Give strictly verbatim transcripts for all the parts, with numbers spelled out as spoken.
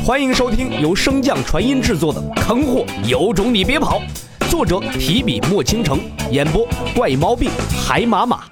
欢迎收听由升降传音制作的《坑货有种你别跑》，作者提笔墨倾城，演播怪毛病海马马。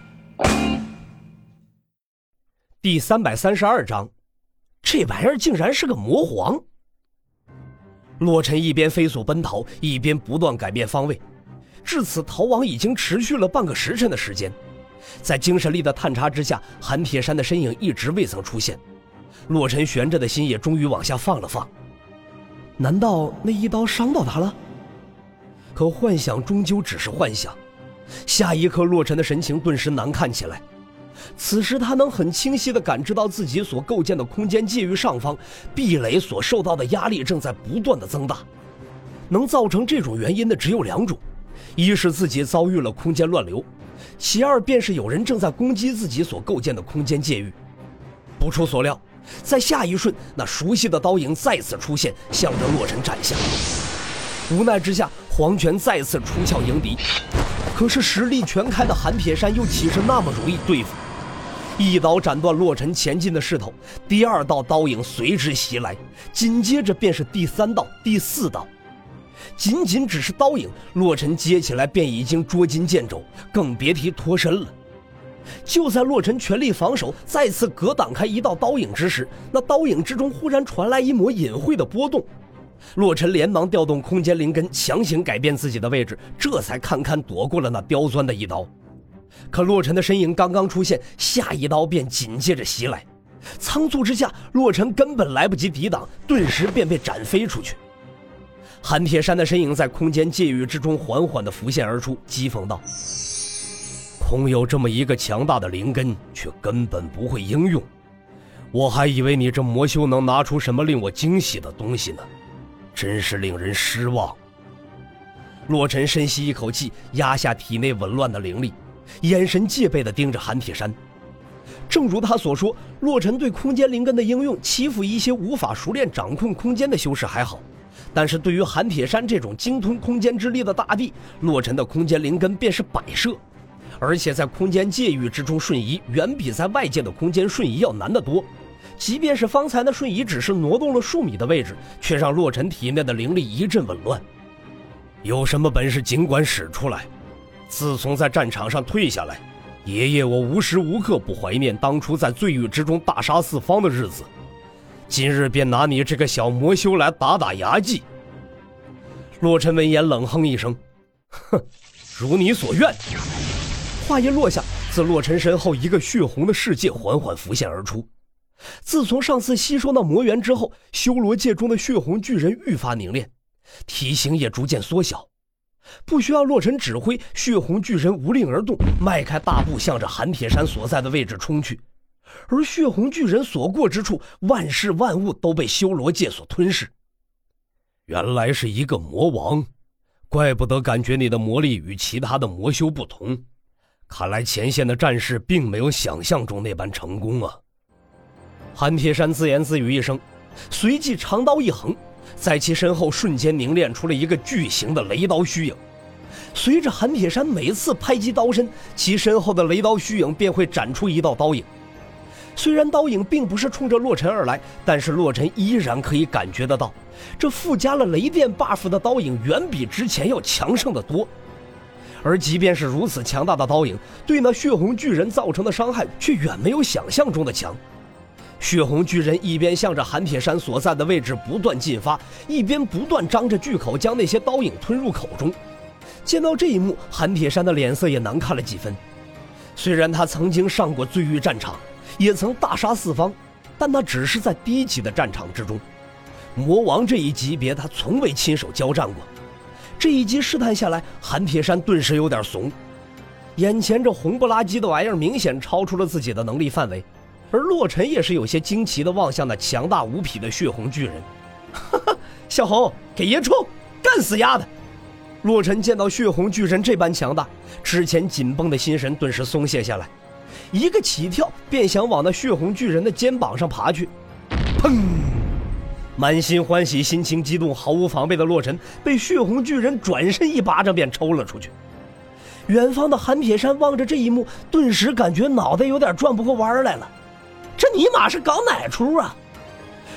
第三百三十二章，这玩意儿竟然是个魔皇。洛尘一边飞速奔逃，一边不断改变方位。至此逃亡已经持续了半个时辰的时间，在精神力的探查之下，韩铁山的身影一直未曾出现。洛尘悬着的心也终于往下放了放，难道那一刀伤到他了？可幻想终究只是幻想，下一刻洛尘的神情顿时难看起来。此时他能很清晰地感知到自己所构建的空间界域上方，壁垒所受到的压力正在不断地增大。能造成这种原因的只有两种，一是自己遭遇了空间乱流，其二便是有人正在攻击自己所构建的空间界域。不出所料，在下一瞬，那熟悉的刀影再次出现，向着洛尘斩下。无奈之下，黄泉再次出鞘迎敌，可是实力全开的韩铁山又岂是那么容易对付？一刀斩断洛尘前进的势头，第二道刀影随之袭来，紧接着便是第三道、第四道。仅仅只是刀影，洛尘接起来便已经捉襟见肘，更别提脱身了。就在洛尘全力防守，再次格挡开一道刀影之时，那刀影之中忽然传来一抹隐晦的波动。洛尘连忙调动空间灵根，强行改变自己的位置，这才堪堪躲过了那刁钻的一刀。可洛尘的身影刚刚出现，下一刀便紧接着袭来。仓促之下，洛尘根本来不及抵挡，顿时便被斩飞出去。韩铁山的身影在空间界域之中缓缓地浮现而出，讥讽道：空有这么一个强大的灵根，却根本不会应用，我还以为你这魔修能拿出什么令我惊喜的东西呢，真是令人失望。洛尘深吸一口气，压下体内紊乱的灵力，眼神戒备地盯着韩铁山。正如他所说，洛尘对空间灵根的应用欺负一些无法熟练掌控空间的修士还好，但是对于韩铁山这种精通空间之力的大帝，洛尘的空间灵根便是摆设。而且在空间界域之中瞬移远比在外界的空间瞬移要难得多，即便是方才的瞬移只是挪动了数米的位置，却让洛尘体内的灵力一阵紊乱。有什么本事尽管使出来，自从在战场上退下来，爷爷我无时无刻不怀念当初在罪狱之中大杀四方的日子，今日便拿你这个小魔修来打打牙祭。洛尘闻言冷哼一声，哼，如你所愿。话音落下，自洛尘身后一个血红的世界缓缓浮现而出。自从上次吸收那魔元之后，修罗界中的血红巨人愈发凝练，体型也逐渐缩小。不需要洛尘指挥，血红巨人无令而动，迈开大步向着韩铁山所在的位置冲去。而血红巨人所过之处，万事万物都被修罗界所吞噬。原来是一个魔王，怪不得感觉你的魔力与其他的魔修不同，看来前线的战士并没有想象中那般成功啊。韩铁山自言自语一声，随即长刀一横，在其身后瞬间凝练出了一个巨型的雷刀虚影。随着韩铁山每次拍击刀身，其身后的雷刀虚影便会展出一道刀影。虽然刀影并不是冲着洛尘而来，但是洛尘依然可以感觉得到，这附加了雷电 buff 的刀影远比之前要强盛得多。而即便是如此强大的刀影，对那血红巨人造成的伤害却远没有想象中的强。血红巨人一边向着韩铁山所在的位置不断进发，一边不断张着巨口将那些刀影吞入口中。见到这一幕，韩铁山的脸色也难看了几分。虽然他曾经上过罪狱战场，也曾大杀四方，但那只是在低级的战场之中，魔王这一级别他从未亲手交战过。这一击试探下来，韩铁山顿时有点怂。眼前这红不拉几的玩意儿明显超出了自己的能力范围，而洛尘也是有些惊奇地望向那强大无匹的血红巨人。哈哈，小红，给爷冲，干死丫的！洛尘见到血红巨人这般强大，之前紧绷的心神顿时松懈下来，一个起跳便想往那血红巨人的肩膀上爬去。砰！满心欢喜，心情激动，毫无防备的洛尘被血红巨人转身一巴掌便抽了出去。远方的韩铁山望着这一幕，顿时感觉脑袋有点转不过弯来了，这尼玛是搞哪出啊？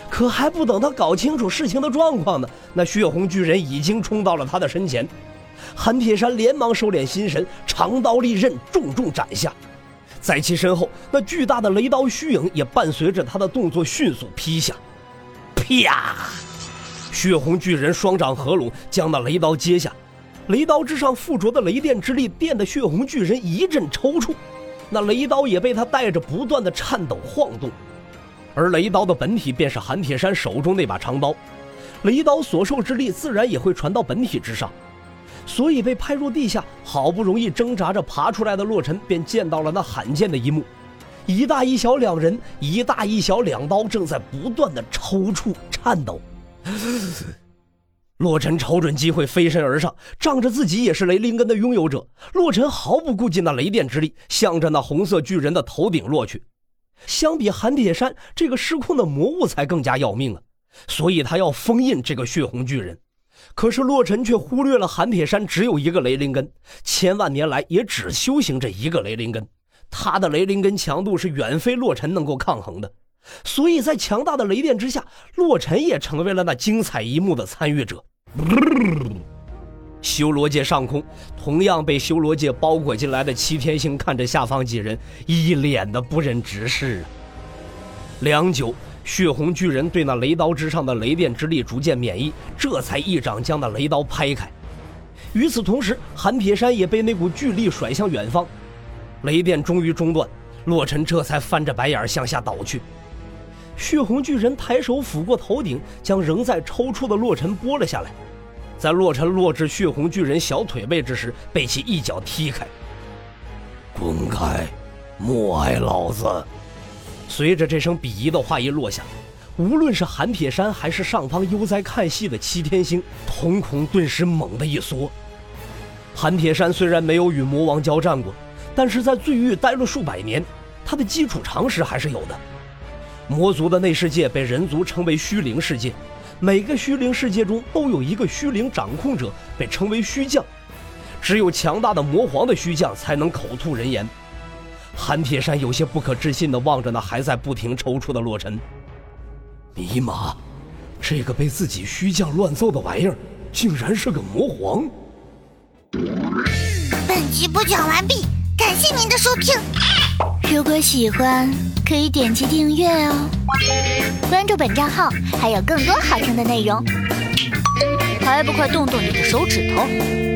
可还不等他搞清楚事情的状况呢，那血红巨人已经冲到了他的身前。韩铁山连忙收敛心神，长刀利刃重重斩下。在其身后，那巨大的雷刀虚影也伴随着他的动作迅速劈下。啪！血红巨人双掌合拢，将那雷刀接下。雷刀之上附着的雷电之力电得血红巨人一阵抽搐，那雷刀也被他带着不断的颤抖晃动。而雷刀的本体便是韩铁山手中那把长刀，雷刀所受之力自然也会传到本体之上，所以被拍入地下，好不容易挣扎着爬出来的洛尘便见到了那罕见的一幕：一大一小两人，一大一小两刀正在不断的抽搐颤抖。洛尘瞅准机会飞身而上，仗着自己也是雷灵根的拥有者，洛尘毫不顾忌那雷电之力，向着那红色巨人的头顶落去。相比韩铁山，这个失控的魔物才更加要命啊，所以他要封印这个血红巨人。可是洛尘却忽略了韩铁山只有一个雷灵根，千万年来也只修行这一个雷灵根，他的雷灵根强度是远非洛尘能够抗衡的。所以在强大的雷电之下，洛尘也成为了那精彩一幕的参与者。修罗界上空，同样被修罗界包裹进来的七天星看着下方几人，一脸的不忍直视啊。良久，血红巨人对那雷刀之上的雷电之力逐渐免疫，这才一掌将那雷刀拍开。与此同时，韩铁山也被那股巨力甩向远方，雷电终于中断，洛尘这才翻着白眼向下倒去。血红巨人抬手抚过头顶，将仍在抽搐的洛尘拨了下来，在洛尘落至血红巨人小腿位置时，被其一脚踢开。滚开，莫碍老子！随着这声鄙夷的话音落下，无论是韩铁山还是上方悠哉看戏的七天星，瞳孔顿时猛地一缩。韩铁山虽然没有与魔王交战过，但是在罪域待了数百年，他的基础常识还是有的。魔族的内世界被人族称为虚灵世界，每个虚灵世界中都有一个虚灵掌控者，被称为虚将。只有强大的魔皇的虚将才能口吐人言。韩铁山有些不可置信地望着那还在不停抽搐的洛尘。尼玛，这个被自己虚将乱揍的玩意儿，竟然是个魔皇！ 本集播讲完毕，感谢您的收听。如果喜欢，可以点击订阅哦，关注本账号还有更多好听的内容。还不快动动你的手指头！